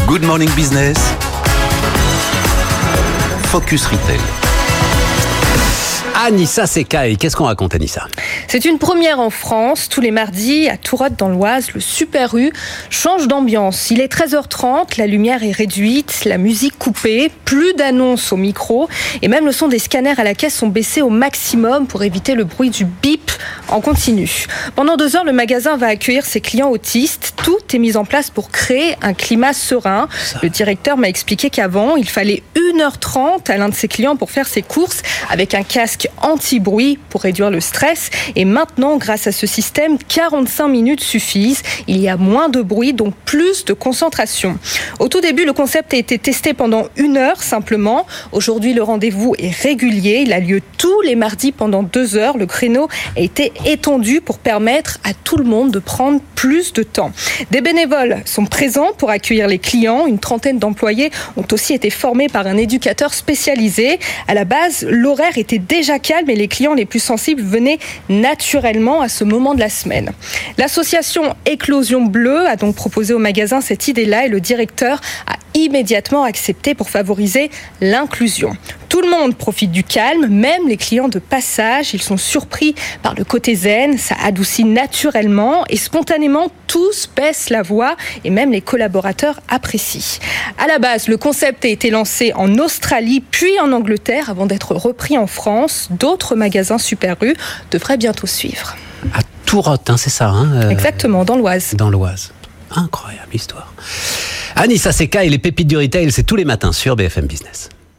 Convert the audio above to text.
Good Morning Business, Focus Retail. Anissa Sekai, qu'est-ce qu'on raconte, Anissa ? C'est une première en France. Tous les mardis, à Tourotte dans l'Oise, le Super U change d'ambiance. Il est 13h30, la lumière est réduite, la musique coupée, plus d'annonces au micro et même le son des scanners à la caisse sont baissés au maximum pour éviter le bruit du bip en continu. Pendant 2 heures, le magasin va accueillir ses clients autistes. Tout est mis en place pour créer un climat serein. Le directeur m'a expliqué qu'avant, il fallait 1h30 à l'un de ses clients pour faire ses courses avec un casque anti-bruit pour réduire le stress. Et maintenant, grâce à ce système, 45 minutes suffisent. Il y a moins de bruit, donc plus de concentration. Au tout début, le concept a été testé pendant 1 heure simplement. Aujourd'hui, le rendez-vous est régulier. Il a lieu tous les mardis pendant 2 heures. Le créneau a été étendu pour permettre à tout le monde de prendre plus de temps. Des bénévoles sont présents pour accueillir les clients. Une trentaine d'employés ont aussi été formés par un éducateur spécialisé. À la base, l'horaire était déjà calme et les clients les plus sensibles venaient naturellement à ce moment de la semaine. L'association Éclosion Bleue a donc proposé au magasin cette idée-là et le directeur a immédiatement accepté pour favoriser l'inclusion. Tout le monde profite du calme, même les clients de passage. Ils sont surpris par le côté zen, ça adoucit naturellement et spontanément tous baissent la voix et même les collaborateurs apprécient. À la base, le concept a été lancé en Australie puis en Angleterre avant d'être repris en France. D'autres magasins Super U devraient bientôt suivre. À Tourotte, c'est ça Exactement, dans l'Oise. Dans l'Oise. Incroyable histoire. Anissa Sekai et les pépites du retail, c'est tous les matins sur BFM Business.